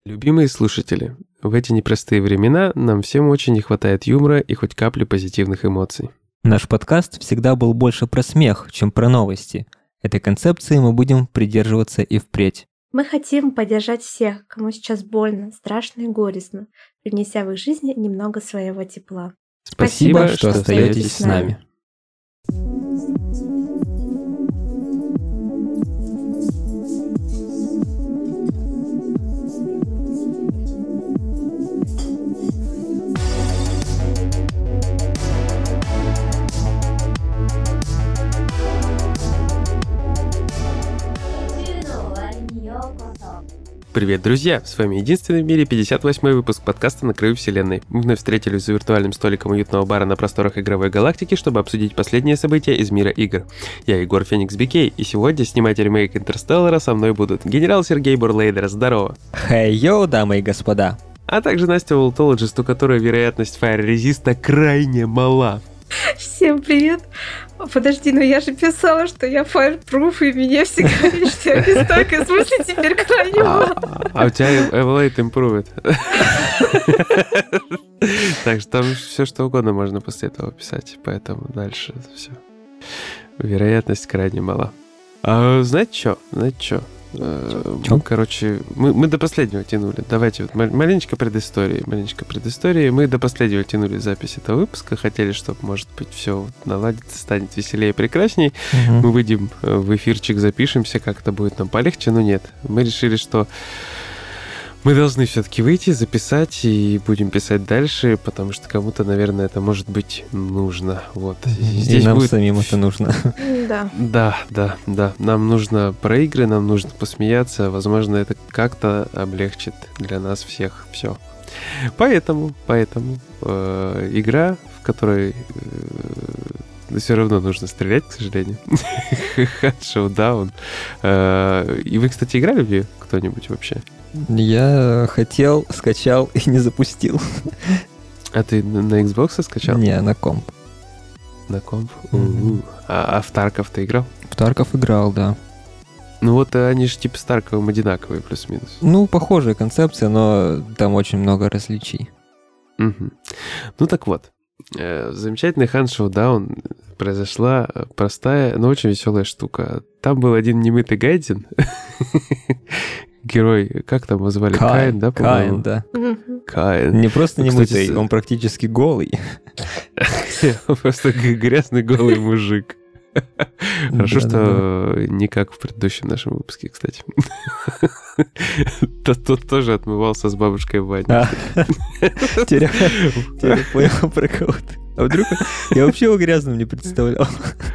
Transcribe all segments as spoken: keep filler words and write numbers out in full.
Любимые слушатели, в эти непростые времена нам всем очень не хватает юмора и хоть капли позитивных эмоций. Наш подкаст всегда был больше про смех, чем про новости. Этой концепции мы будем придерживаться и впредь. Мы хотим поддержать всех, кому сейчас больно, страшно и горестно, принеся в их жизни немного своего тепла. Спасибо, Спасибо что остаетесь с нами. Привет, друзья! С вами единственный в мире пятьдесят восьмой выпуск подкаста «На краю вселенной». Мы вновь встретились за виртуальным столиком уютного бара на просторах игровой галактики, чтобы обсудить последние события из мира игр. Я Егор Феникс Бикей, и сегодня снимать ремейк Интерстеллара со мной будут генерал Сергей Бурлейдер, здорово! Хей-йоу, дамы и господа! А также Настя Волтологист, у которой вероятность фаер-резиста крайне мала. Всем привет! Подожди, но я же писала, что я fireproof, и меня все говорят, что я бестойкая. В смысле теперь крайне мало? А у тебя Evaluate Improved. Так что там все что угодно можно после этого писать, поэтому дальше все. Вероятность крайне мала. А знаете что? Знаете что? Мы, короче, мы, мы до последнего тянули. Давайте вот маленечко предыстории. Маленечко предыстории. Мы до последнего тянули запись этого выпуска. Хотели, чтобы, может быть, все наладится, станет веселее и прекрасней. Угу. Мы выйдем в эфирчик, запишемся, как-то будет нам полегче. Но нет. Мы решили, что мы должны все-таки выйти, записать, и будем писать дальше, потому что кому-то, наверное, это может быть нужно. Вот. Здесь и нам будет... самим это нужно. Да. Да, да, да. Нам нужно про игры, нам нужно посмеяться. Возможно, это как-то облегчит для нас всех все. Поэтому, поэтому э, игра, в которой э, все равно нужно стрелять, к сожалению. Showdown. Э, и вы, кстати, играли в нее кто-нибудь вообще? Я хотел, скачал и не запустил. А ты на Xbox скачал? Не, на комп. На комп? Mm-hmm. А, а в Тарков ты играл? В Тарков играл, да. Ну вот они же типа с Тарковым одинаковые, плюс-минус. Ну, похожая концепция, но там очень много различий. Mm-hmm. Ну так вот. Замечательный Hunt Showdown. Произошла простая, но очень веселая штука. Там был один немытый гайдзин. Герой, как там его звали? Каин, Каин, да, по-моему? Каин, да. Каин. Не просто немытый, он практически голый. Он просто грязный голый мужик. Хорошо, что не как в предыдущем нашем выпуске, кстати. Тот тоже отмывался с бабушкой в бане. Теперь понял про кого-то. А вдруг я вообще его грязным не представлял.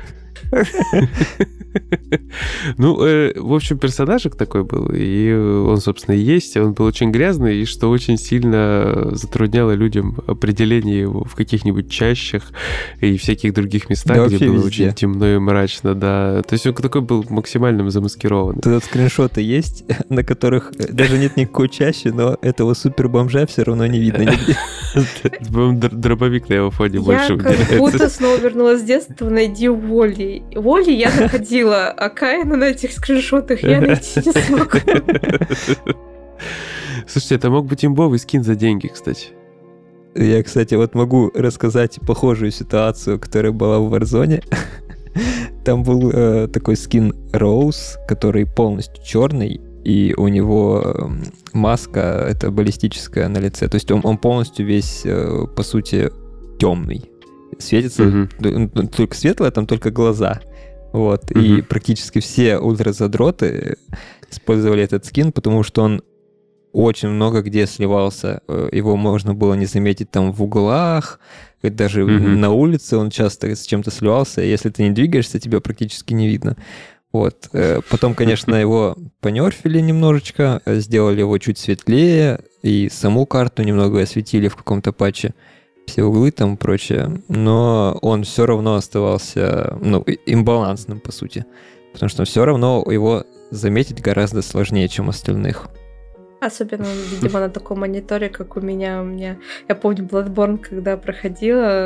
Ну, э, в общем, персонажик такой был, и он, собственно, и есть, он был очень грязный, и что очень сильно затрудняло людям определение его в каких-нибудь чащах и всяких других местах, да, где было везде. Очень темно и мрачно, да. То есть он такой был максимально замаскирован. Тут скриншоты есть, на которых даже нет никакой чащи, но этого супер-бомжа все равно не видно нигде. Дробовик на его фоне больше выделяется. Я как будто снова вернулась с детства, найди Уолли. Уолли я находила, а Каина на этих скриншотах я найти не смогу. Слушайте, это мог быть имбовый скин за деньги, кстати. Я, кстати, вот могу рассказать похожую ситуацию, которая была в Warzone. Там был э, такой скин Роуз, который полностью черный, и у него э, маска это баллистическая на лице. То есть он, он полностью весь, э, по сути, темный. Светится uh-huh. только светлое, там только глаза. Вот. Uh-huh. И практически все ультразадроты использовали этот скин, потому что он очень много где сливался. Его можно было не заметить там в углах, даже uh-huh. на улице он часто с чем-то сливался. Если ты не двигаешься, тебя практически не видно. Вот. Потом, конечно, его понерфили немножечко, сделали его чуть светлее, и саму карту немного осветили в каком-то патче. Все углы там и прочее, но он все равно оставался, ну, имбалансным, по сути. Потому что все равно его заметить гораздо сложнее, чем остальных. Особенно, видимо, на таком мониторе, как у меня. У меня... Я помню Bloodborne, когда проходила,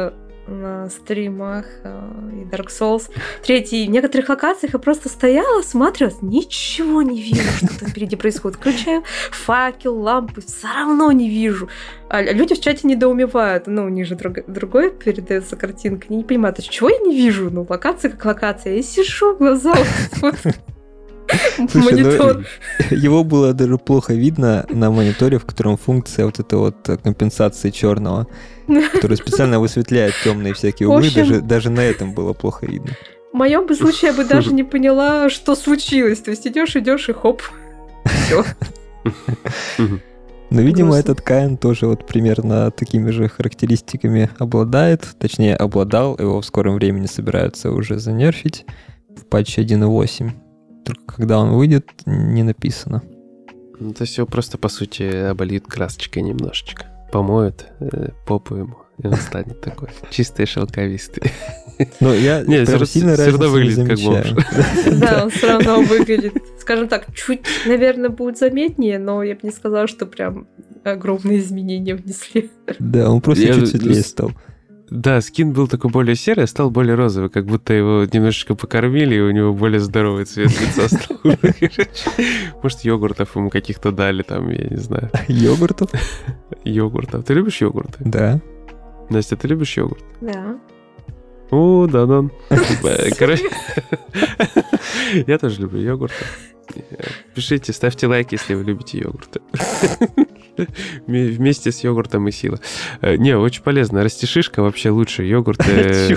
на стримах и Dark Souls. Третий, в некоторых локациях я просто стояла, смотрела, ничего не вижу, что там впереди происходит. Включаю факел, лампы, все равно не вижу. А люди в чате недоумевают. Ну, у них же друг, другой передается картинка. Они не понимают, а чего я не вижу? Ну, локация как локация. Я сижу, глаза вот Слушай, монитор. Ну, его было даже плохо видно на мониторе, в котором функция вот этой вот компенсации черного, который специально высветляет темные всякие углы, общем, даже, даже на этом было плохо видно. В моем бы случае я бы даже не поняла, что случилось. То есть идешь, идешь и хоп, все. Но, видимо, Грустно. Этот Каин тоже вот примерно такими же характеристиками обладает. Точнее, обладал, его в скором времени собираются уже занерфить в патче один точка восемь. Только когда он выйдет, не написано. Ну, то есть его просто, по сути, обольют красочкой немножечко. Помоют э, попу ему, и он станет такой чистый, шелковистый. Но я не, прям сильно разницу не замечаю. Да, он все равно выглядит, скажем так, чуть, наверное, будет заметнее, но я бы не сказала, что прям огромные изменения внесли. Да, он просто чуть светлее стал. Да, скин был такой более серый, а стал более розовый, как будто его немножечко покормили, и у него более здоровый цвет лица стал. Может, йогуртов ему каких-то дали там, я не знаю. Йогуртов? Йогуртов. Ты любишь йогурты? Да. Настя, ты любишь йогурт? Да. О, да, да. Короче, я тоже люблю йогурты. Пишите, ставьте лайк, если вы любите йогурты. Вместе с йогуртом и сила. Не, очень полезно. Растишишка вообще лучше йогурты.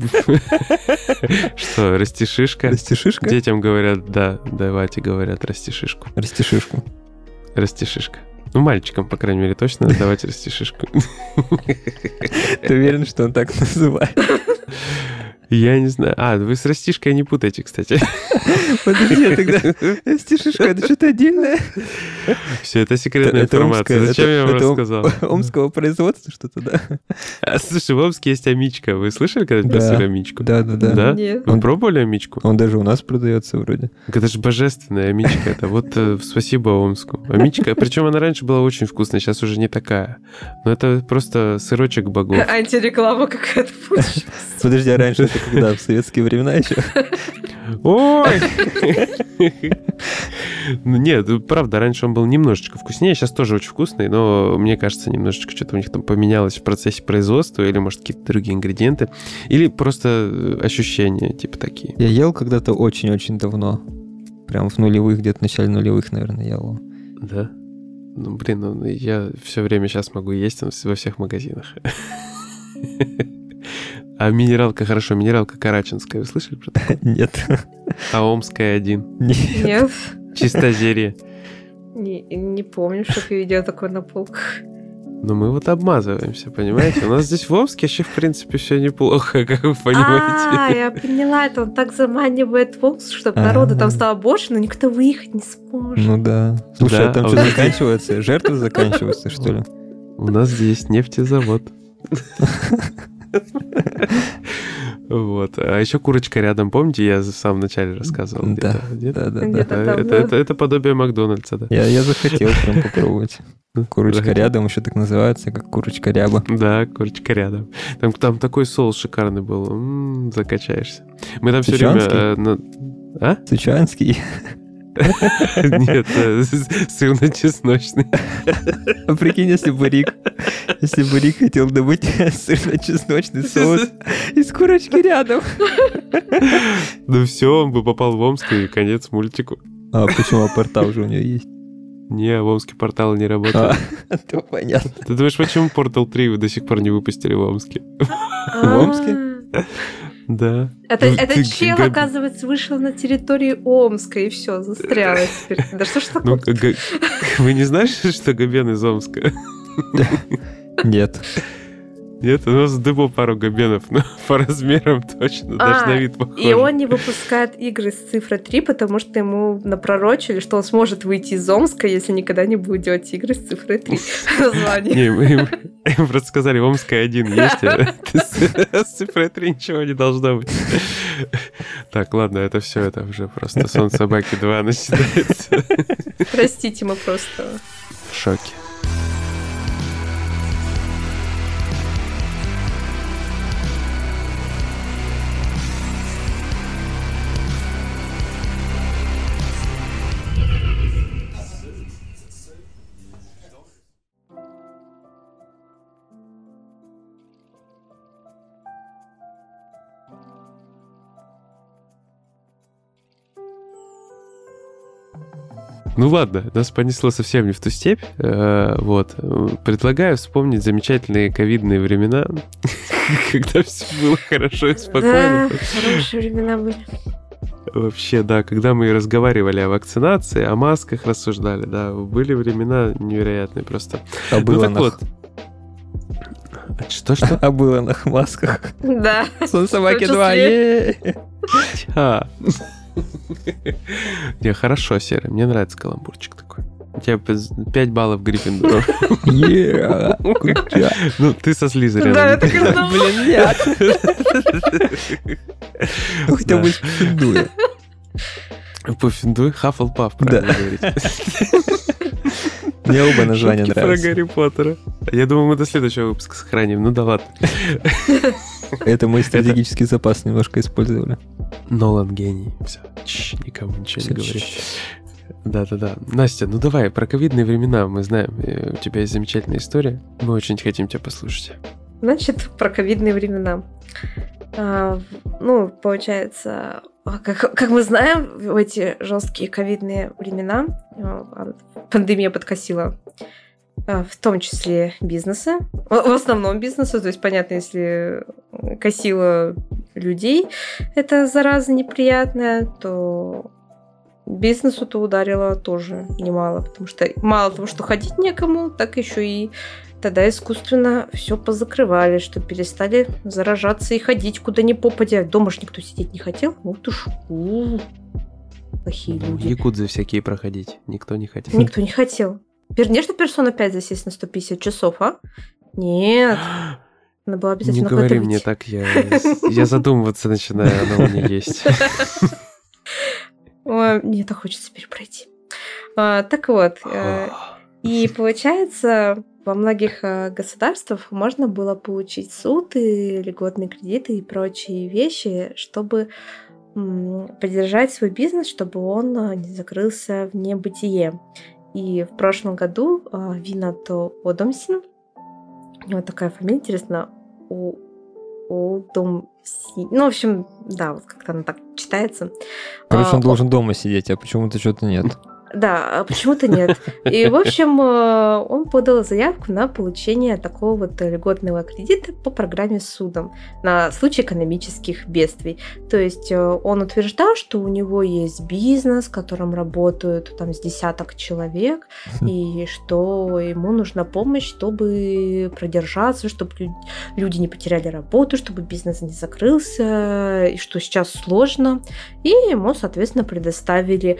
Что, растишишка? Растишишка? Детям говорят, да, давайте говорят растишишку. Растишишку. Растишишка. Ну, мальчикам, по крайней мере, точно давайте растишишку. Ты уверен, что он так называет? Я не знаю. А, вы с растишкой не путайте, кстати. Подожди, тогда растишишка, это что-то отдельное? Все, это секретная это, информация. Это Зачем это, я вам это рассказал? Омского производства что-то, да? А, слушай, в Омске есть амичка. Вы слышали когда-нибудь да. про амичку? Да, да, да. да? Нет. Вы пробовали амичку? Он даже у нас продается вроде. Это же божественная амичка. Это вот э, спасибо Омску. Амичка, причем она раньше была очень вкусная, сейчас уже не такая. Но это просто сырочек богов. Антиреклама какая-то получилась. Подожди, а раньше это когда? В советские времена еще? Ой! Нет, правда, раньше он был немножечко вкуснее, сейчас тоже очень вкусный, но мне кажется, немножечко что-то у них там поменялось в процессе производства, или, может, какие-то другие ингредиенты, или просто ощущения, типа, такие. Я ел когда-то очень-очень давно. Прям в нулевых, где-то в начале нулевых, наверное, ел. Да? Ну, блин, ну, я все время сейчас могу есть во всех магазинах. А минералка, хорошо, минералка карачинская, вы слышали про такое? Нет. А омская один? Нет. Нет. Чистозерье. Не, не помню, что я видела такое на полках. Ну, мы вот обмазываемся, понимаете? У нас здесь в Омске вообще, в принципе, все неплохо, как вы понимаете. А, я поняла, это он так заманивает в Омск, чтобы народу там стало больше, но никто выехать не сможет. Ну да. Слушай, а там что заканчивается? Жертвы заканчиваются, что ли? У нас здесь нефтезавод. Вот. А еще курочка рядом, помните, я в самом начале рассказывал? Да, да, да. Это подобие Макдональдса, да. Я захотел прям попробовать. Курочка рядом еще так называется, как курочка ряба. Да, курочка рядом. Там, там такой соус шикарный был. М-м, закачаешься. Мы там все время... Э, на... А? Сычуанский? Нет, сырно-чесночный. А прикинь, если бы Рик, если бы Рик хотел добыть сырно-чесночный соус из курочки рядом. Ну все, он бы попал в Омск, и конец мультику. А почему? А портал же у него есть? Не, в Омске порталы не работают. А, то понятно. Ты думаешь, почему Портал три вы до сих пор не выпустили в Омске? В Омске? Да. Это, ну, это чел, габ... оказывается, вышел на территории Омска, и все, застряла теперь. Да что ж такое? Ну, г- вы не знаете, что Габен из Омска? Нет. Нет, у нас дыбо пару габенов, но по размерам точно, а, даже на вид похож. И он не выпускает игры с цифрой три, потому что ему напророчили, что он сможет выйти из Омска, если никогда не будет делать игры с цифрой три. Название. Не, мы им, им просто сказали, Омская один есть, а с цифрой три ничего не должно быть. Так, ладно, это все, это уже просто Сон собаки два начинается. Простите, мы просто... В шоке. Ну ладно, нас понесло совсем не в ту степь. Вот. Предлагаю вспомнить замечательные ковидные времена, когда все было хорошо и спокойно. Да, хорошие времена были. Вообще, да, когда мы разговаривали о вакцинации, о масках рассуждали, да, были времена невероятные просто. Об ну, так Илонах. Вот. Что-что? Об Илонах масках. Да. Сон собаки В том два. числе. А. Не, хорошо, Серый, мне нравится каламбурчик такой. У тебя пять баллов Гриффиндору. Yeah, good job. Ну, ты со Слизерином. Да, я так и знала. Блин, нет. Ну, хотя бы Пуффендуя. Пуффендуй, Хаффлпаф, правильно говорить. Мне оба названия Шутки про нравятся. Гарри Поттера. Я думаю, мы до следующего выпуска сохраним. Ну да ладно. Это мы стратегический запас немножко использовали. Нолан гений. Все, Чш, никому ничего не говори. Да-да-да. Настя, ну давай, про ковидные времена мы знаем. У тебя есть замечательная история. Мы очень хотим тебя послушать. Значит, про ковидные времена. А, ну, получается, как, как мы знаем, в эти жесткие ковидные времена пандемия подкосила в том числе бизнесы, в основном бизнесы, то есть, понятно, если косила людей, это зараза неприятная, то бизнесу-то ударило тоже немало, потому что мало того, что ходить некому, так еще и тогда искусственно все позакрывали, что перестали заражаться и ходить куда ни попадя. Дома ж никто сидеть не хотел. Вот уж у-у-у. Плохие люди. Якудзы всякие проходить никто не хотел. Никто не хотел. Конечно, персона пять засесть на сто пятьдесят часов, а? Нет. Надо было обязательно Не говори готовить. мне так, я, я задумываться начинаю, она у меня есть. Ой, мне это хочется перепройти. А, так вот, э, и получается, во многих э, государствах можно было получить суды, льготные кредиты и прочие вещи, чтобы м, поддержать свой бизнес, чтобы он э, не закрылся в небытие. И в прошлом году э, Винат Одомсин, у него такая фамилия интересная, у Одомсин, ну, в общем, да, вот как-то она так читается. Короче, он А, должен дома сидеть, а почему-то что-то нет. Да, а почему-то нет. И, в общем, он подал заявку на получение такого вот льготного кредита по программе с судом на случай экономических бедствий. То есть он утверждал, что у него есть бизнес, в котором работают там с десяток человек, и что ему нужна помощь, чтобы продержаться, чтобы люди не потеряли работу, чтобы бизнес не закрылся, и что сейчас сложно. И ему, соответственно, предоставили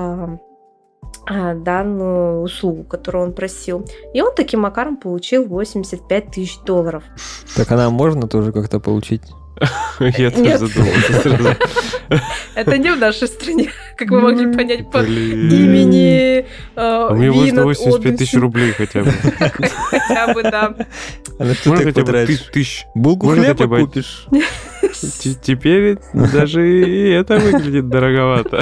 данную услугу, которую он просил. И он таким макаром получил восемьдесят пять тысяч долларов. Так она можно тоже как-то получить? Я тоже задумался. Это не в нашей стране, как вы могли понять по Блин. имени А мне можно Винат восемьдесят пять тысяч Одомсин. рублей хотя бы. Хотя бы, да. А на что Можно ты их хотя бы потратишь? ты- тысяч. Булку Можно хлеба хотя бы- купишь? Т- Теперь даже и это выглядит дороговато.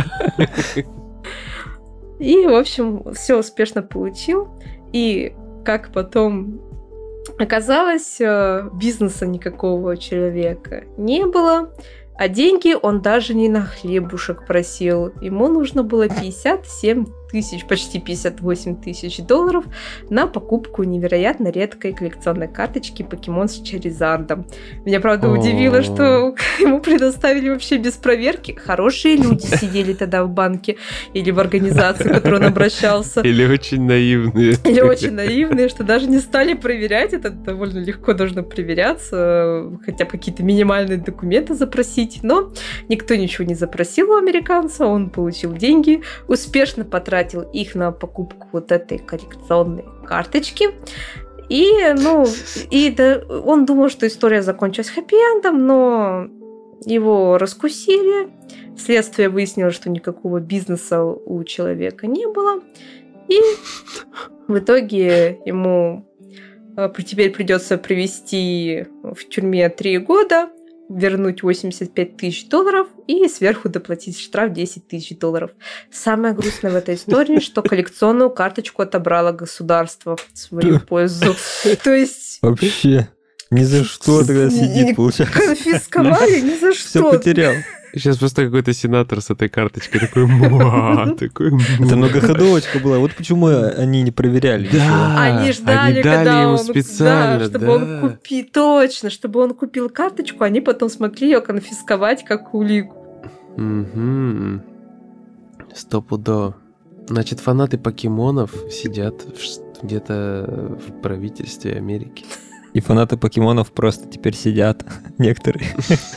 И, в общем, все успешно получил. И, как потом оказалось, э, бизнеса никакого у человека не было. А деньги он даже не на хлебушек просил. Ему нужно было пятьдесят семь тысяч, почти пятьдесят восемь тысяч долларов на покупку невероятно редкой коллекционной карточки покемон с Чаризардом. Меня, правда, удивило, О. что ему предоставили вообще без проверки. Хорошие люди сидели тогда в банке или в организации, в которую он обращался. Или очень наивные. Или очень наивные, что даже не стали проверять. Это довольно легко должно проверяться, хотя бы какие-то минимальные документы запросить. Но никто ничего не запросил у американца. Он получил деньги, успешно потратил их на покупку вот этой коллекционной карточки. И, ну, и да, он думал, что история закончилась хэппи-эндом, но его раскусили. Следствие выяснило, что никакого бизнеса у человека не было. И в итоге ему э, теперь придется провести в тюрьме три года, вернуть восемьдесят пять тысяч долларов и сверху доплатить штраф десять тысяч долларов. Самое грустное в этой истории, что коллекционную карточку отобрало государство в свою пользу. То есть Вообще. Ни за что тогда сидит, получается. конфисковали ни за Все что. потерял. Сейчас просто какой-то сенатор с этой карточкой такой, муа, такой, муа. Это многоходовочка была. Вот почему они не проверяли. Да, Они ждали, они когда дали ему он, специально, да, чтобы да. он купил, точно, чтобы он купил карточку, они потом смогли ее конфисковать как улику. Угу. Стопудово. Значит, фанаты покемонов сидят в ш- где-то в правительстве Америки. И фанаты покемонов просто теперь сидят, некоторые.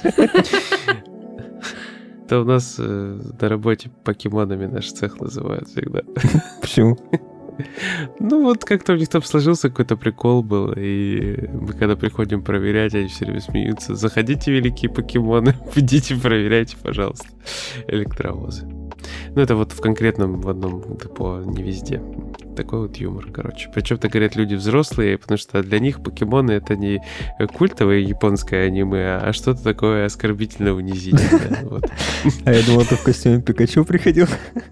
Это у нас э, на работе покемонами наш цех называют всегда. Почему? Ну вот как-то у них там сложился какой-то прикол был, и мы когда приходим проверять, они все время смеются. Заходите, великие покемоны, идите проверяйте, пожалуйста, электровозы. Ну это вот в конкретном в одном депо, не везде. Такой вот юмор, короче. Причем-то говорят люди взрослые, потому что для них покемоны это не культовое японское аниме, а что-то такое оскорбительно унизительное. Вот. А я думал, ты в костюме Пикачу приходил.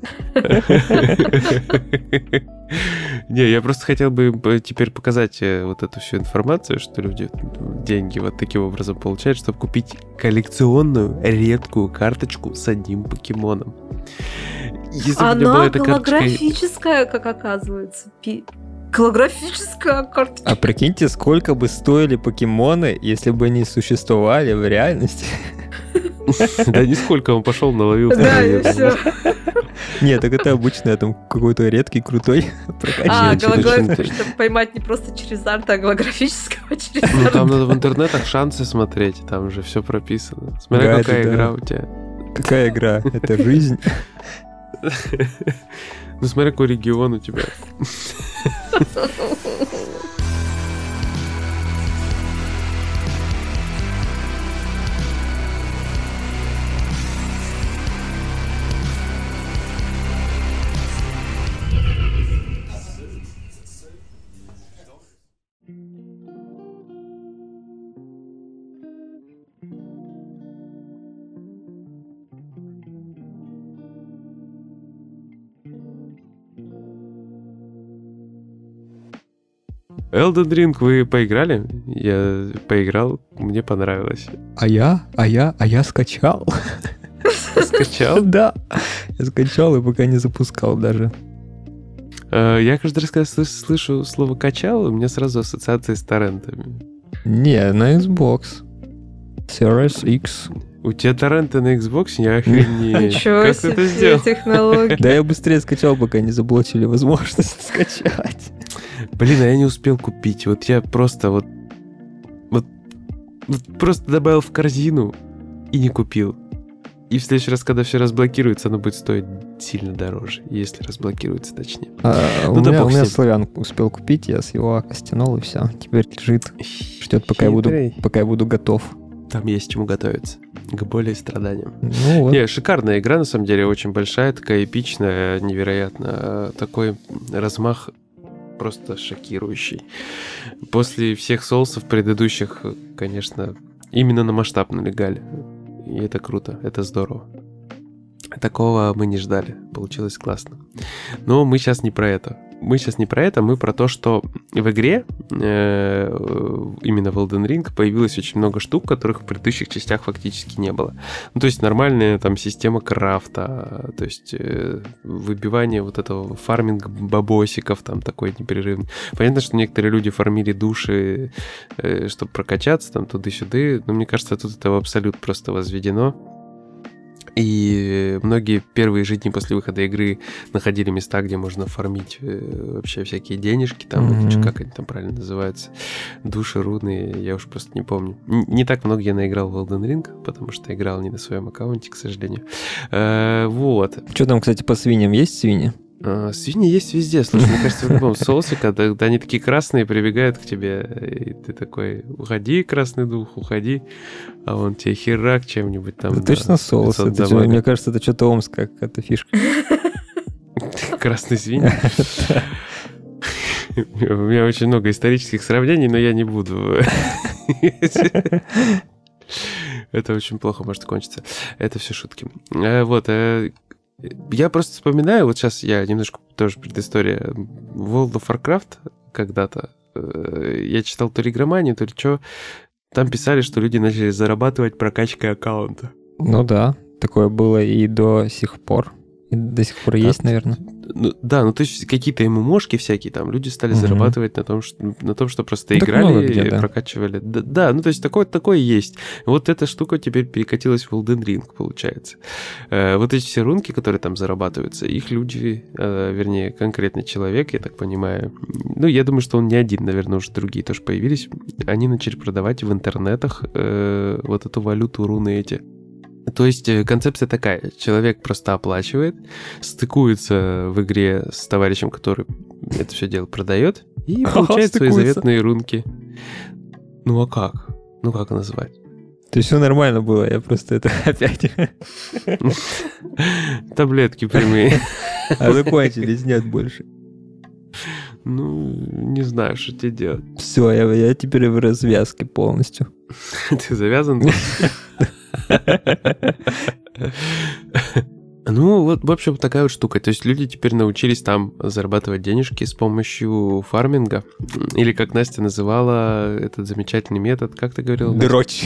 Не, я просто хотел бы теперь показать вот эту всю информацию, что люди деньги вот таким образом получают, чтобы купить коллекционную редкую карточку с одним покемоном. Если бы у меня была Она эта карточка... голографическая, как оказывается. Пи- Голографическая карточка. А прикиньте, сколько бы стоили покемоны, если бы они существовали в реальности. Да нисколько, он пошел, наловил. Да, и все. Нет, так это обычно там какой-то редкий, крутой А, прокачанный. голографическую, чтобы поймать не просто через арт, а голографического через Ну арт. там надо в интернетах шансы смотреть, там же все прописано. Смотри, Гайды, какая да. игра у тебя. Какая игра? Это жизнь. Ну смотри, какой регион у тебя. Elden Ring вы поиграли? Я поиграл, мне понравилось. А я? А я? А я скачал. Скачал? Да. Я скачал и пока не запускал даже. Э, Я каждый раз, когда слыш- слышу слово «качал», у меня сразу ассоциации с торрентами. Не, на Xbox. Series X. У тебя торренты на Xbox? Я охренеть. Ничего Как ты это себе сделал? технологии. Да я быстрее скачал, пока не заблочили возможность скачать. Блин, а я не успел купить. Вот я просто вот, вот, вот просто добавил в корзину и не купил. И в следующий раз, когда все разблокируется, оно будет стоить сильно дороже, если разблокируется точнее. А, Ну у да меня, бог у меня с ним. славян успел купить, я с его ака стянул и все. Теперь лежит, ждет, пока я буду, Хитрый. пока я буду готов. Там есть чему готовиться. К боли и страданиям. Ну вот. Не, шикарная игра, на самом деле, очень большая, такая эпичная, невероятно. Такой размах просто шокирующий. После всех соусов предыдущих, конечно, именно на масштаб налегали. И это круто, это здорово. Такого мы не ждали. Получилось классно. Но мы сейчас не про это. Мы сейчас не про это, мы про то, что в игре, э, именно в Elden Ring, появилось очень много штук, которых в предыдущих частях фактически не было. Ну, то есть нормальная там система крафта, то есть э, выбивание вот этого фарминг бабосиков там такой непрерывный. Понятно, что некоторые люди фармили души, э, чтобы прокачаться там туды-сюды, но мне кажется, тут это в абсолют просто возведено. И многие первые же дни после выхода игры находили места, где можно фармить э, вообще всякие денежки, там, Mm-hmm. как они там правильно называются, души, руны, я уж просто не помню. Н- не так много я наиграл в Elden Ring, потому что играл не на своем аккаунте, к сожалению. Э, вот. Что там, кстати, по свиньям? Есть свиньи? А, свиньи есть везде, слушай, мне кажется, в любом соусе, когда, когда они такие красные, прибегают к тебе, и ты такой, уходи, красный дух, уходи, а он тебе херак чем-нибудь там. Это да, точно соус. пятьсот Это что, дамага. мне кажется, это что-то омская какая-то фишка. Красный свинь. У меня очень много исторических сравнений, но я не буду. Это очень плохо может кончиться. Это все шутки. Э, Вот. э, Я просто вспоминаю, вот сейчас я немножко тоже предыстория. World of Warcraft когда-то. э, Я читал то ли игроманию, то ли что. Там писали, что люди начали зарабатывать прокачкой аккаунта. Ну да. такое было и до сих пор. И до сих пор есть, наверное. Ну, да, ну то есть какие-то ММОшки всякие, там люди стали mm-hmm. зарабатывать на том, что, на том, что просто так играли где, и да. прокачивали. Да, да, ну то есть такое, такое есть. Вот эта штука теперь перекатилась в Elden Ring, получается. Э, вот эти все рунки, которые там зарабатываются, их люди, э, вернее, конкретный человек, я так понимаю, ну я думаю, что он не один, наверное, уже другие тоже появились, они начали продавать в интернетах э, вот эту валюту, руны эти. То есть концепция такая, человек просто оплачивает, стыкуется в игре с товарищем, который это все дело продает, и получает свои заветные рунки. Ну а как? Ну как назвать? То есть все нормально было, я просто это опять... Таблетки прямые. А закончились, нет больше. Ну, не знаю, что тебе делать. Все, я, я теперь в развязке полностью. Ты завязан? Ну, вот, в общем, такая вот штука. То есть люди теперь научились там зарабатывать денежки с помощью фарминга. Или, как Настя называла этот замечательный метод, как ты говорила? Дрочь.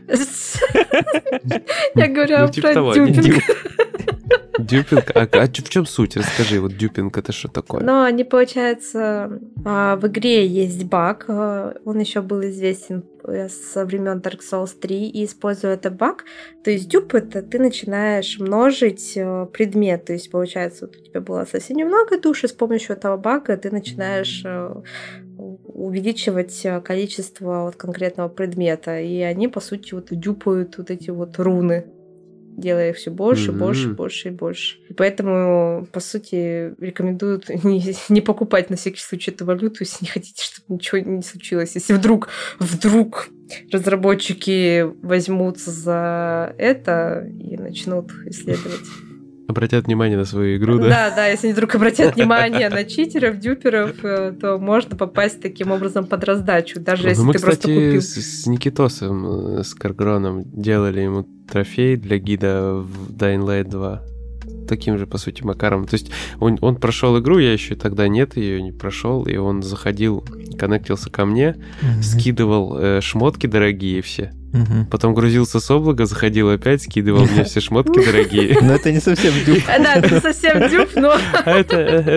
Я говорила про дюпинг. Дюпинг? А, а в чем суть? Расскажи, вот дюпинг это что такое? Ну, они, получается, в игре есть баг, он еще был известен со времен Dark Souls три, и используя этот баг, то есть дюп это ты начинаешь множить предмет, то есть, получается, вот у тебя было совсем немного душ, и с помощью этого бага ты начинаешь увеличивать количество вот конкретного предмета, и они, по сути, вот дюпают вот эти вот руны, делая их все больше, mm-hmm. больше, больше и больше. И поэтому, по сути, рекомендуют не, не покупать на всякий случай эту валюту, если не хотите, чтобы ничего не случилось. Если вдруг, вдруг разработчики возьмутся за это и начнут исследовать. Обратят внимание на свою игру, да? Да, да, если они вдруг обратят внимание на читеров, дюперов, то можно попасть таким образом под раздачу, даже ну, если мы, ты кстати, просто купил. С, с Никитосом, с Каргроном делали ему трофей для гида в Dying Light два. Таким же, по сути, макаром. То есть он, он прошел игру, я еще тогда нет, ее не прошел, и он заходил, коннектился ко мне, mm-hmm. скидывал э, шмотки дорогие все. Угу. Потом грузился с облака, заходил опять, скидывал мне все шмотки дорогие. Но это не совсем дюп. Да, это не совсем дюп, но... Это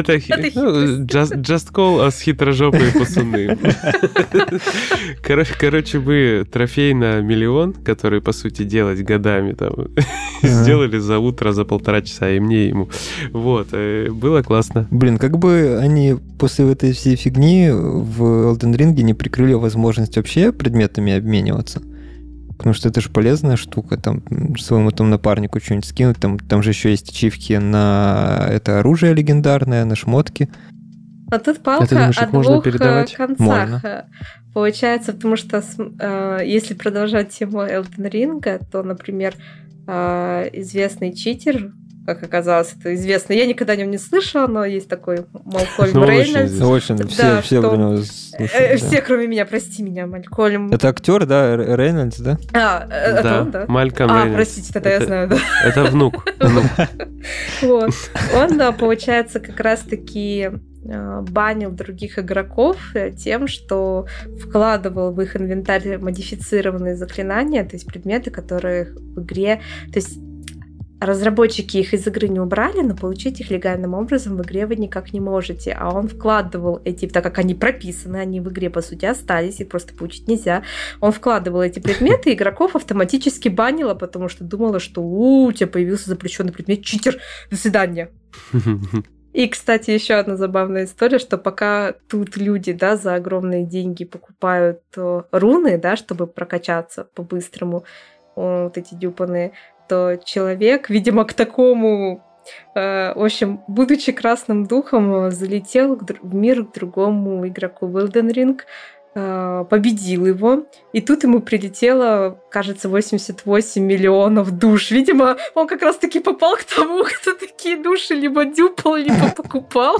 just call us хитрожопые пацаны. Короче, мы трофей на миллион, который, по сути, делать годами там, сделали за утро, за полтора часа, и мне, и ему. Вот, было классно. Блин, как бы они после этой всей фигни в Elden Ring не прикрыли возможность вообще предметами обмениваться. Потому что это же полезная штука, там, своему там напарнику что-нибудь скинуть, там, там же еще есть ачивки на это оружие легендарное, на шмотки. А тут палка думаешь, о двух концах. Можно. Получается, потому что э, если продолжать тему Elden Ring, то, например, э, известный читер, как оказалось, это известно. Я никогда о нем не слышала, но есть такой Малкольм Рейнольдс. Очень, да, все, все про него слышали. Все, да. Кроме меня, прости меня, Малкольм. Это актер, да, Рейнольдс, да? А, это да, он, да? Малькольм а, Рейнольдс. Простите, тогда это, я знаю, да. Это внук. Вот. Он, да, получается, как раз-таки банил других игроков тем, что вкладывал в их инвентарь модифицированные заклинания, то есть предметы, которые в игре... То есть разработчики их из игры не убрали, но получить их легальным образом в игре вы никак не можете. А он вкладывал эти, так как они прописаны, они в игре, по сути, остались, их просто получить нельзя. Он вкладывал эти предметы, и игроков автоматически банило, потому что думала, что у, у тебя появился запрещенный предмет, читер, до свидания. И, кстати, еще одна забавная история, что пока тут люди, да, за огромные деньги покупают руны, да, чтобы прокачаться по-быстрому, вот эти дюпаные, то человек, видимо, к такому, э, в общем, будучи красным духом, залетел в мир к другому игроку в Elden Ring, э, победил его, и тут ему прилетело, кажется, восемьдесят восемь миллионов душ. Видимо, он как раз-таки попал к тому, кто такие души либо дюпал, либо покупал.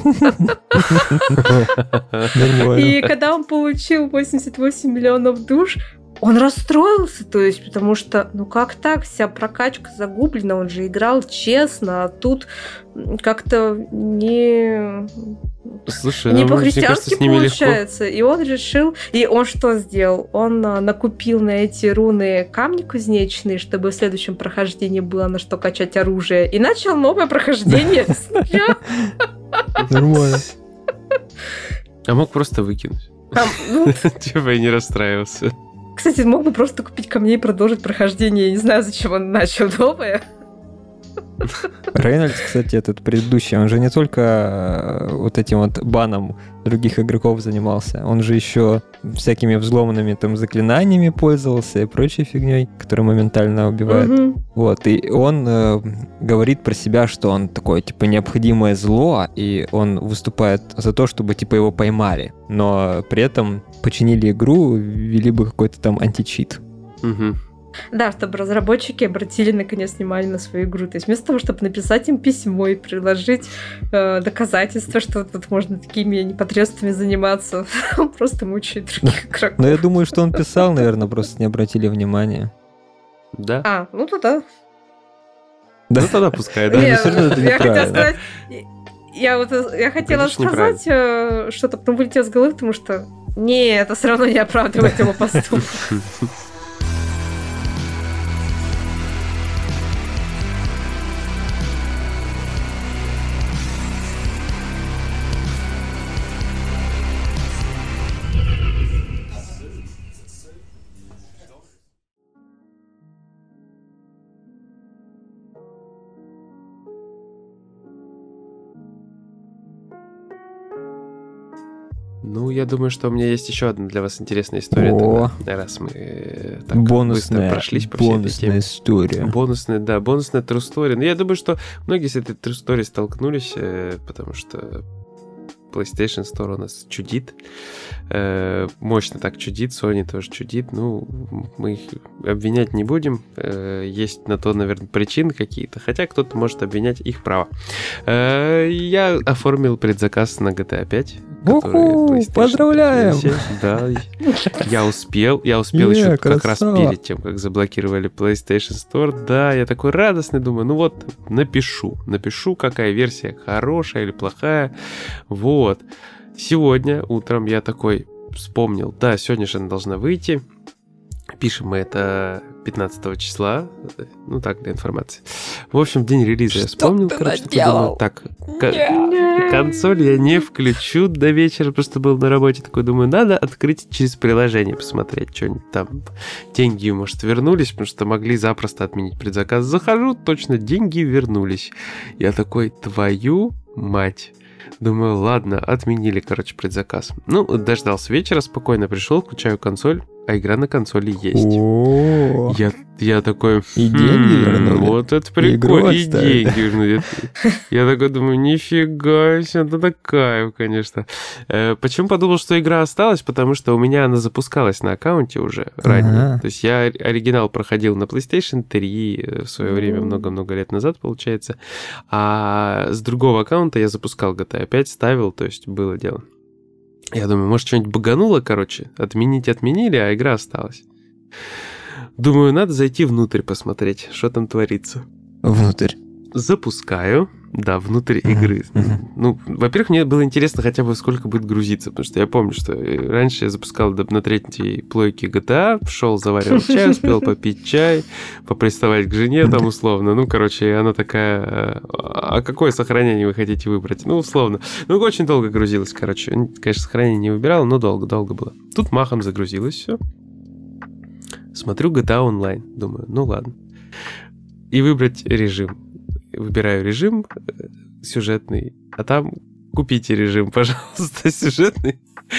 И когда он получил восемьдесят восемь миллионов душ, он расстроился, то есть, потому что, ну как так, вся прокачка загублена, он же играл честно, а тут как-то не, Слушай, не ну, по-христиански мне кажется, с ними получается. легко. И он решил... И он что сделал? Он а, накупил на эти руны камни кузнечные, чтобы в следующем прохождении было на что качать оружие. И начал новое прохождение с нуля. Нормально. А мог просто выкинуть. А, ну, Типа я не расстраивался. кстати, мог бы просто купить камни и продолжить прохождение. Я не знаю, зачем он начал новое. Рейнольдс, кстати, этот предыдущий, он же не только вот этим вот баном других игроков занимался, он же еще всякими взломанными там заклинаниями пользовался и прочей фигней, которая моментально убивает. Угу. Вот, и он э, говорит про себя, что он такое, типа, необходимое зло, и он выступает за то, чтобы, типа, его поймали, но при этом починили игру, ввели бы какой-то там античит. Угу. Да, чтобы разработчики обратили наконец внимание на свою игру. То есть вместо того, чтобы написать им письмо и приложить э, доказательства, что тут можно такими непотребствами заниматься, он просто мучает других игроков. Но я думаю, что он писал, наверное, просто не обратили внимания. Да? А, ну тогда. Ну тогда пускай, да? Нет, всё равно это я хотела неправильно. сказать... Я вот я хотела Конечно, сказать э, что-то, потом вылетело с головы, потому что не, это все равно не оправдывает его поступок. Ну, я думаю, что у меня есть еще одна для вас интересная история. О. Тогда, раз мы э, так Бонусная, быстро прошлись по всей этой бонусная теме. история. Бонусная, да, бонусная true story. Ну, я думаю, что многие с этой true story столкнулись, э, потому что PlayStation Store у нас чудит. Э, мощно так чудит, Sony тоже чудит. Ну, мы их обвинять не будем. Э, есть на то, наверное, причины какие-то. Хотя кто-то может обвинять их право. Э, я оформил предзаказ на джи ти эй пять. Уху, поздравляем! Да, я успел. Я успел Е, еще как раз красава. перед тем, как заблокировали PlayStation Store. Да, я такой радостный, думаю, ну вот, напишу. Напишу, какая версия хорошая или плохая. Вот. Сегодня утром я такой вспомнил, да, сегодня же она должна выйти. Пишем мы это пятнадцатого числа. Ну, так, для информации. В общем, день релиза я вспомнил. ты Короче, наделал? думаю, так, к- консоль я не включу до вечера, просто был на работе. Такой, думаю, надо открыть через приложение, посмотреть, что-нибудь там. Деньги, может, вернулись, потому что могли запросто отменить предзаказ. Захожу, точно, деньги вернулись. Я такой, твою мать. Думаю, ладно, отменили, короче, предзаказ. Ну, дождался вечера, спокойно пришел, включаю консоль, а игра на консоли есть. О, Я, я такой... И «Хм, деньги вернули. Вот это И игру прикольно. И оставили. деньги вернули. Я такой думаю, нифига себе, это такая, конечно. Э, Почему подумал, что игра осталась? Потому что у меня она запускалась на аккаунте уже ранее. Ага. То есть я оригинал проходил на PlayStation три в свое время, много-много лет назад, получается. А с другого аккаунта я запускал джи ти эй пять, ставил, то есть было дело. Я думаю, может, что-нибудь багануло, короче. Отменить отменили, а игра осталась. Думаю, надо зайти внутрь посмотреть, что там творится. внутрь. Запускаю, да, внутрь Мгм, игры. мгм. Ну, во-первых, мне было интересно хотя бы сколько будет грузиться, потому что я помню, что раньше я запускал до- на третьей плойке джи ти эй, шел, заваривал чай, успел попить чай, поприставать к жене там условно. Ну, короче, и она такая, э, а какое сохранение вы хотите выбрать? Ну, условно. Ну, очень долго грузилось, короче. Конечно, сохранение не выбирал, но долго-долго было. Тут махом загрузилось все. Смотрю джи ти эй онлайн, думаю, ну ладно. И выбрать режим. Выбираю режим э, сюжетный, а там купите режим, пожалуйста, сюжетный.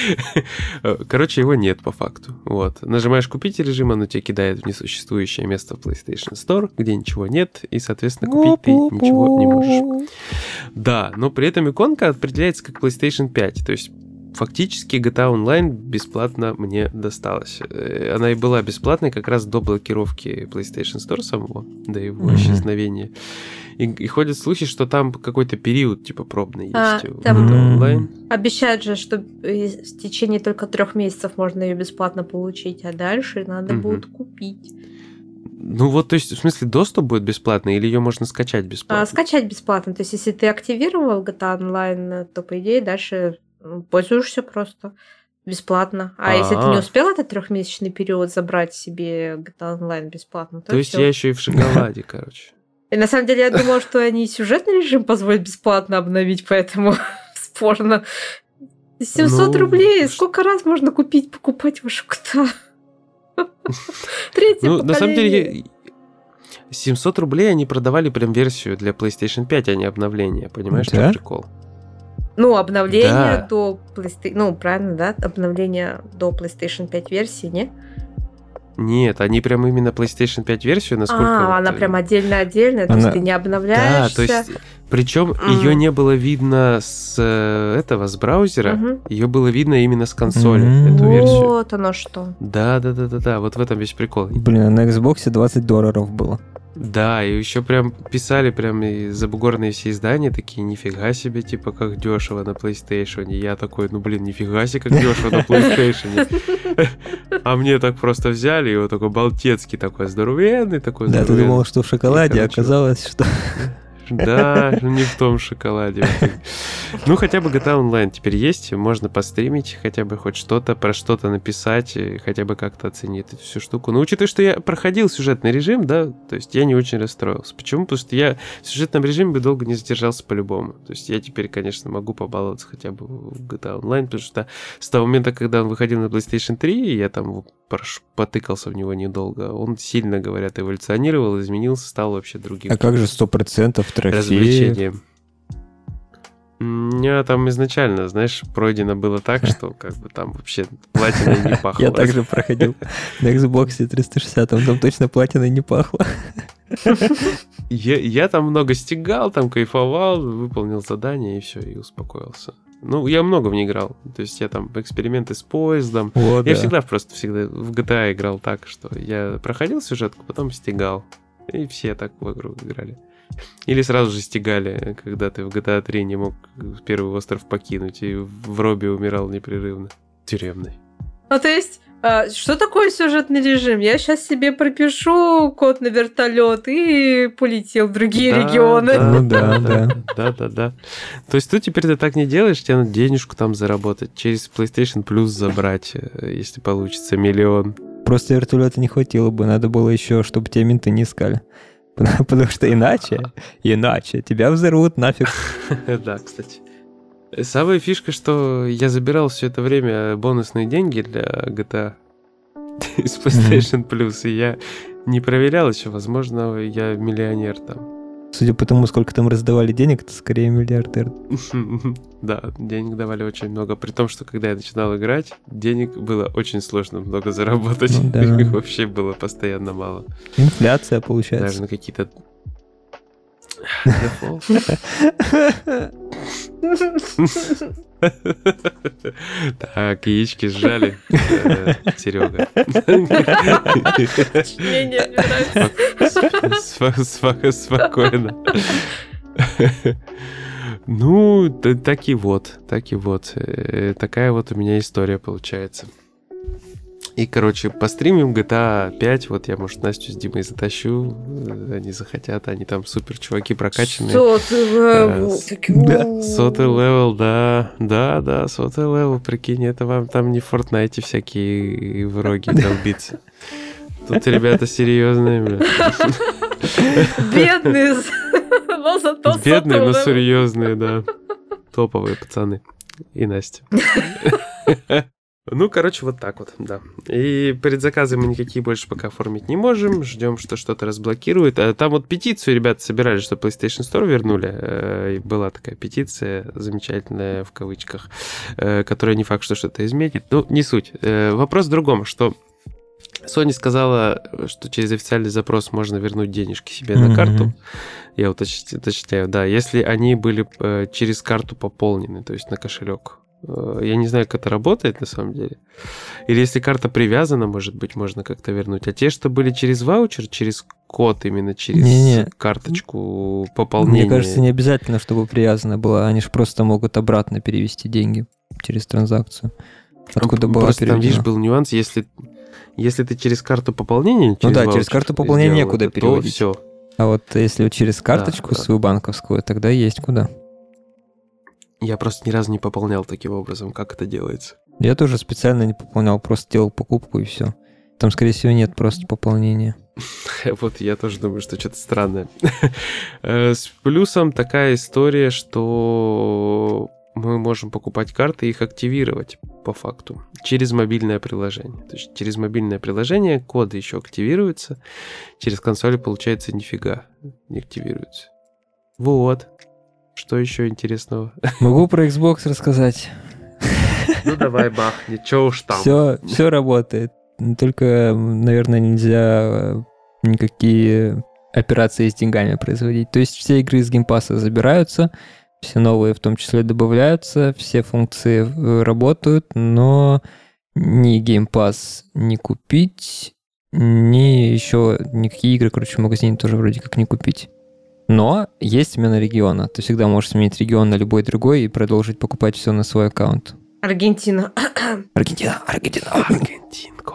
Короче, его нет по факту. Вот. Нажимаешь «Купить режим», оно тебя кидает в несуществующее место в PlayStation Store, где ничего нет, и, соответственно, купить ты ничего не можешь. Да, но при этом иконка определяется как PlayStation пять, то есть фактически джи ти эй Online бесплатно мне досталась. Э, Она и была бесплатной как раз до блокировки PlayStation Store самого, до его Мгм. исчезновения. И, и ходят слухи, что там какой-то период, типа, пробный есть А, у джи ти там- эй Online. Обещают же, что э, в течение только трех месяцев можно ее бесплатно получить, а дальше надо Мгм. будет купить. Ну вот, то есть, в смысле, доступ будет бесплатный или ее можно скачать бесплатно? А, скачать бесплатно. То есть, если ты активировал джи ти эй Online, то, по идее, дальше пользуешься просто бесплатно. А, А-а-а. если ты не успел этот трехмесячный период забрать себе джи ти эй Online бесплатно, то То есть, всё. я еще и в шоколаде, короче. И на самом деле, я думала, что они сюжетный режим позволят бесплатно обновить, поэтому спорно. семьсот Ну, рублей, ш- сколько раз можно купить, покупать вашу кота? Третье Ну, на самом поколение. деле, семьсот рублей они продавали прям версию для PlayStation пять, а не обновление. Понимаешь, Да? что прикол? Ну, обновление Да. до PlayStation... Ну, правильно, да? Обновление до PlayStation пять версии, не? Нет, они прям именно PlayStation пять версию, насколько... А, вот, она э, прям отдельно-отдельная, то есть Она- ты не Да, обновляешься. то есть, причем М. ее не было видно с э, этого, с браузера, Мгм. ее было видно именно с консоли, М. эту версию. Вот оно что. Да, да, да, да, да, вот в этом весь прикол. Блин, а на Xbox двадцать долларов было. Да, и еще прям писали прям и забугорные все издания такие, нифига себе, типа, как дешево на PlayStation. И я такой, ну блин, нифига себе, как дешево на PlayStation. А мне так просто взяли, и вот такой балтецкий такой здоровенный, такой Да, ты здоровенный. думал, что в шоколаде, а короче, оказалось, что... Да, не в том шоколаде. Ну, хотя бы джи ти эй Online теперь есть, можно постримить, хотя бы хоть что-то, про что-то написать, и хотя бы как-то оценить эту всю штуку. Но учитывая, что я проходил сюжетный режим, да, то есть я не очень расстроился. Почему? Потому что я в сюжетном режиме бы долго не задержался по-любому. То есть я теперь, конечно, могу побаловаться хотя бы в джи ти эй Online, потому что с того момента, когда он выходил на PlayStation три, и я там прош- потыкался в него недолго, он сильно, говорят, эволюционировал, изменился, стал вообще другим. А как же сто процентов трофеев? Развлечение. У меня там изначально, знаешь, пройдено было так, что как бы там вообще платиной не пахло. Я также проходил на Xbox триста шестьдесят, там точно платиной не пахло. Я, я там много стегал, там кайфовал, выполнил задание и все, и успокоился. Ну, я много в ней играл. То есть я там эксперименты с поездом. О, Я да. всегда просто всегда в джи ти эй играл так, что я проходил сюжетку, потом стегал. И все так в игру играли. Или сразу же стегали, когда ты в джи ти эй три не мог первый остров покинуть и в робе умирал непрерывно. Тюремный. Ну, то есть, а, что такое сюжетный режим? Я сейчас себе пропишу код на вертолет и полетел в другие Да, регионы. Да, Ну да, да, да. да, да, да. То есть тут теперь ты так не делаешь, тебе надо денежку там заработать, через PlayStation Plus забрать, э, если получится, миллион. Просто вертолета не хватило бы, надо было еще, чтобы тебя менты не искали. Потому что иначе, иначе тебя взорвут нафиг. Да, кстати. Самая фишка, что я забирал все это время бонусные деньги для джи ти эй из PlayStation Plus, и я не проверял еще, возможно, я миллионер там. Судя по тому, сколько там раздавали денег, это скорее миллиардер. Да, денег давали очень много. При том, что когда я начинал играть, денег было очень сложно много заработать. Ну да. Их вообще было постоянно мало. Инфляция, Даже получается. на какие-то... Дефолт. Так, яички сжали, Серега. Сочинение мне нравится. Спокойно. Ну, т- так и вот, так и вот. Э, Такая вот у меня история получается. И, короче, постримим джи ти эй пять, вот я, может, Настю с Димой затащу, э, они захотят, они там супер чуваки прокачанные. Сотый левел. Э, с- Да, сотый левел, да, да, да, сотый левел, прикинь, это вам там не в Fortnite всякие вроги долбиться. Тут ребята серьезные, бля. Бедные, но зато Бедные, но сотый левел. серьезные, да. Топовые пацаны. И Настя. Ну, короче, вот так вот, да. И предзаказы мы никакие больше пока оформить не можем. Ждем, что что-то разблокирует. А там вот петицию ребята собирали, что PlayStation Store вернули. Э, И была такая петиция, замечательная в кавычках, э, которая не факт, что что-то изменит. Ну, не суть. Э, Вопрос в другом, что Sony сказала, что через официальный запрос можно вернуть денежки себе на Мгм. карту. Я уточ- уточняю, да, если они были э, через карту пополнены, то есть на кошелек. Э, Я не знаю, как это работает на самом деле. Или если карта привязана, может быть, можно как-то вернуть. А те, что были через ваучер, через код, именно через Не-не. карточку пополнения. Мне кажется, не обязательно, чтобы привязана была. Они же просто могут обратно перевести деньги через транзакцию. Откуда была Просто там, видишь, переведена. был нюанс, если... Если ты через карту пополнения... Ну да, через карту пополнения некуда это, переводить. То все. А вот если через карточку да, свою банковскую, тогда есть куда. Я просто ни разу не пополнял таким образом, как это делается. Я тоже специально не пополнял, просто делал покупку и все. Там, скорее всего, нет просто пополнения. Вот я тоже думаю, что что-то странное. С плюсом такая история, что мы можем покупать карты и их активировать по факту через мобильное приложение. То есть через мобильное приложение коды еще активируются, через консоли, получается, нифига не активируются. Вот. Что еще интересного? Могу про Xbox рассказать. Ну давай, бах, ничего уж там. Все, все работает. Только, наверное, нельзя никакие операции с деньгами производить. То есть все игры из геймпасса забираются, все новые в том числе добавляются, все функции работают, но ни геймпасс не купить, ни еще никакие игры, короче, в магазине тоже вроде как не купить. Но есть смена региона. Ты всегда можешь сменить регион на любой другой и продолжить покупать все на свой аккаунт. Аргентина. Аргентина, Аргентина. Аргентинко.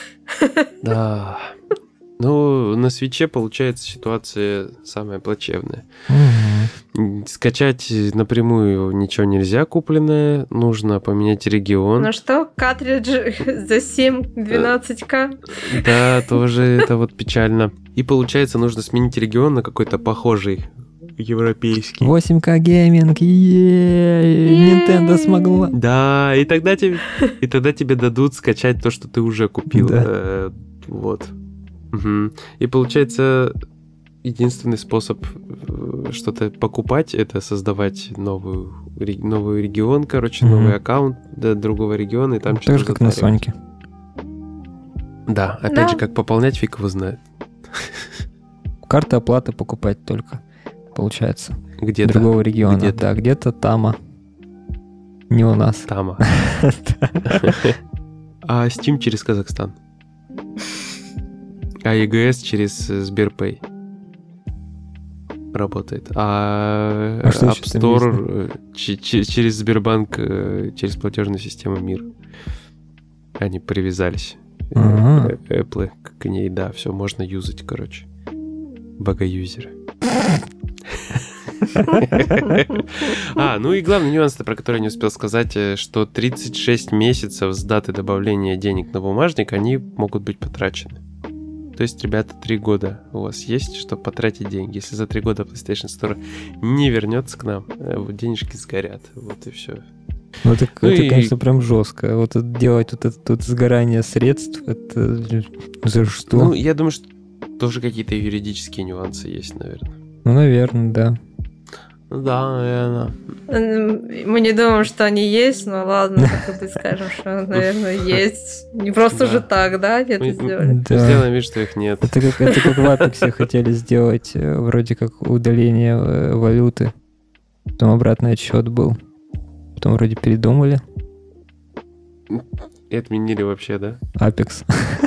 Да. Ну, на свитче, получается, ситуация самая плачевная. Угу. Скачать напрямую ничего нельзя купленное, нужно поменять регион. Ну что, картридж за семь-двенадцать ка? Да, тоже это вот печально. И получается, нужно сменить регион на какой-то похожий европейский. восемь ка гейминг, Nintendo смогла. Да, и тогда тебе, и тогда тебе дадут скачать то, что ты уже купил. Да. Э, вот. Угу. И получается, единственный способ что-то покупать, это создавать новую, новый регион, короче, mm-hmm. новый аккаунт для другого региона, и там так же, как на Соньке. Да, опять да. же, как пополнять, фиг его знает. Карта оплаты покупать только, получается. Где-то. Другого региона, где-то. да, где-то Тама. Не у нас. Тама. А Steam через Казахстан. А и джи эс через Сберпэй работает. А, а App Store ч- ч- через Сбербанк, через платежную систему МИР. Они привязались. Ага. Apple к ней, да, все можно юзать, короче. Богоюзеры. А, ну и главный нюанс, про который я не успел сказать, что тридцать шесть месяцев с даты добавления денег на бумажник, они могут быть потрачены. То есть, ребята, три года у вас есть, чтобы потратить деньги. Если за три года PlayStation Store не вернется к нам, денежки сгорят. Вот и все. Ну, это, ну это и... конечно, прям жестко. Вот это делать вот это тут сгорание средств, это за что? Ну, я думаю, что тоже какие-то юридические нюансы есть, наверное. Ну, наверное, да. Да, наверное. Мы не думаем, что они есть, но ладно, как бы скажем, что, наверное, есть. Не просто же так, да, они это сделали. Да. Сделаем вид, что их нет. Это как, это как в Apex хотели сделать вроде как удаление валюты. Потом обратный отсчет был. Потом вроде передумали. И отменили вообще, да? Apex.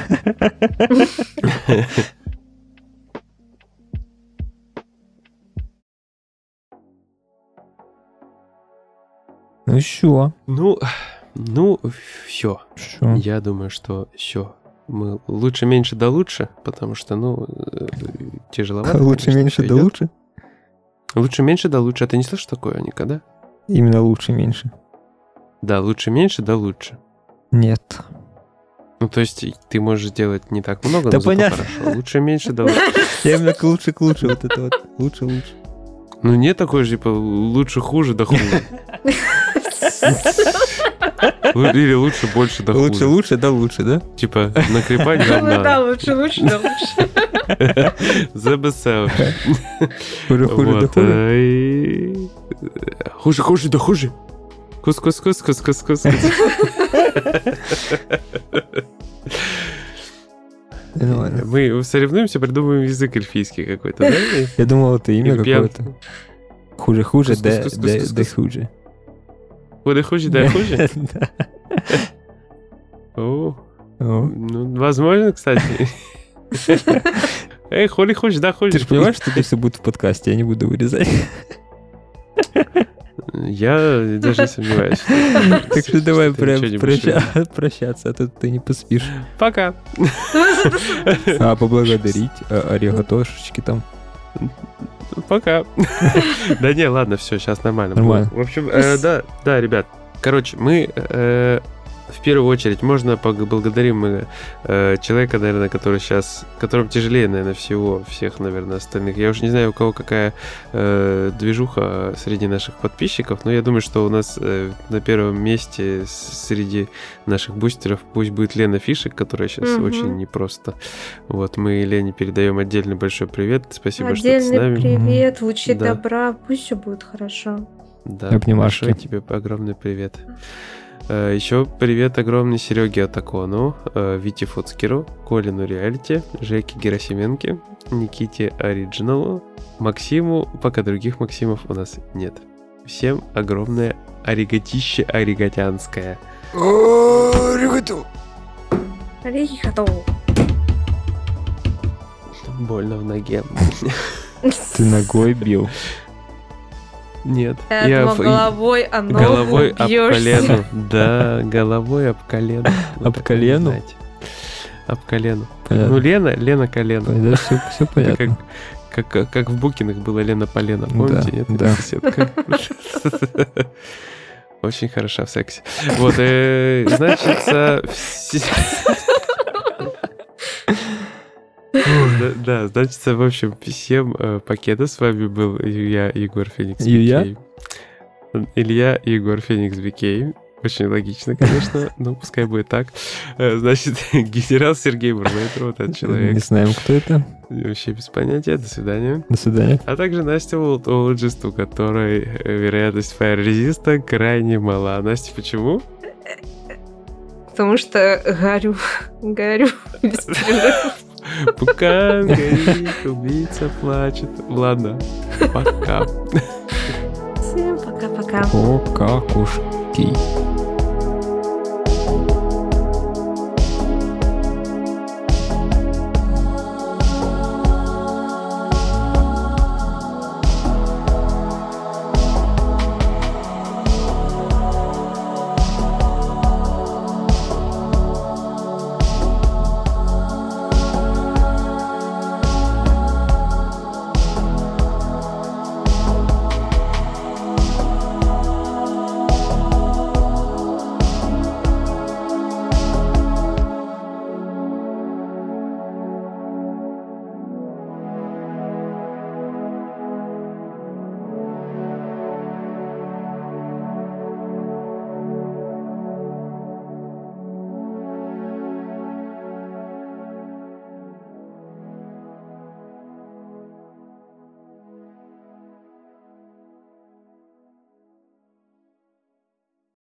Ну все. Ну, ну, все. Шо? Я думаю, что все. Мы лучше, меньше, да лучше, потому что, ну, тяжеловато. Лучше, конечно, меньше, да лучше? Лучше, меньше, да лучше. А ты не слышишь такое никогда? Именно лучше, меньше. Да, лучше, меньше, да лучше. Нет. Ну, то есть ты можешь делать не так много, да но понятно. зато хорошо. Лучше, меньше, да лучше. Я именно к лучше, к лучше, вот это вот. Лучше, лучше. Ну, нет такой же, типа, лучше, хуже, да хуже. Или лучше, больше, да хуже. Лучше, лучше, да лучше, да? Типа, накрепать говна. Да, лучше, лучше, да лучше. The best. Хуже, хуже, да хуже. Хуже, хуже, да хуже. Кус, кус, кус, кус, кус, кус. Мы соревнуемся, придумываем язык эльфийский какой-то, да? Я думал, это имя какое-то. Хуже, хуже, да, да хуже. Хуже, хуже, да хуже? О, ну, возможно, кстати. Эй, хули хуже, да хуже. Ты же понимаешь, что это все будет в подкасте, я не буду вырезать. Я даже не сомневаюсь. Так что давай прощаться, а то ты не поспишь. Пока. А поблагодарить аригатошечки там. Пока. Да не, ладно, все, сейчас нормально. Нормально. В общем, да, да, ребят. Короче, мы в первую очередь можно поблагодарим мы э, человека, наверное, который сейчас, которому тяжелее, наверное, всего всех, наверное, остальных. Я уж не знаю, у кого какая э, движуха среди наших подписчиков, но я думаю, что у нас э, на первом месте среди наших бустеров пусть будет Лена Фишек, которая сейчас угу. очень непросто. Вот, мы Лене передаем отдельный большой привет. Спасибо, отдельный что ты с нами. Привет, лучи да. добра, пусть все будет хорошо. Да, обнимашки. Большой тебе огромный привет. Еще привет огромный Сереге Атакону, Вите Фуцкеру, Колину Реалити, Жеке Герасименке, Никите Ориджиналу, Максиму, пока других Максимов у нас нет. Всем огромное аригатище аригатянское. Аригату! Аригату! Больно в ноге. Ты ногой бил? Нет. Я, я думала, головой о ногу головой бьёшься. об колену. Да, головой об колену. Об колену? Об колену. Понятно. Ну, Лена, Лена колено. Да, все, все понятно. Как, как, как в букинах было Лена Полена, помните? Да, нет? Да. Соседка. Очень хороша в сексе. Вот, значит, Да, да, значит, в общем, всем э, пакета. С вами был Илья Егор Феникс Илья? Илья Егор Феникс Бикей. Очень логично, конечно, но пускай будет так. Э, значит, генерал Сергей Бурмейтер, вот этот человек. Не знаем, кто это. Вообще без понятия. До свидания. До свидания. А также Настя Волтологист, у которой вероятность Fire Resist крайне мала. Настя, почему? Потому что горю, горю без перерыва. Пока горит, убийца плачет. Ладно, пока. Всем пока-пока. О, какушки.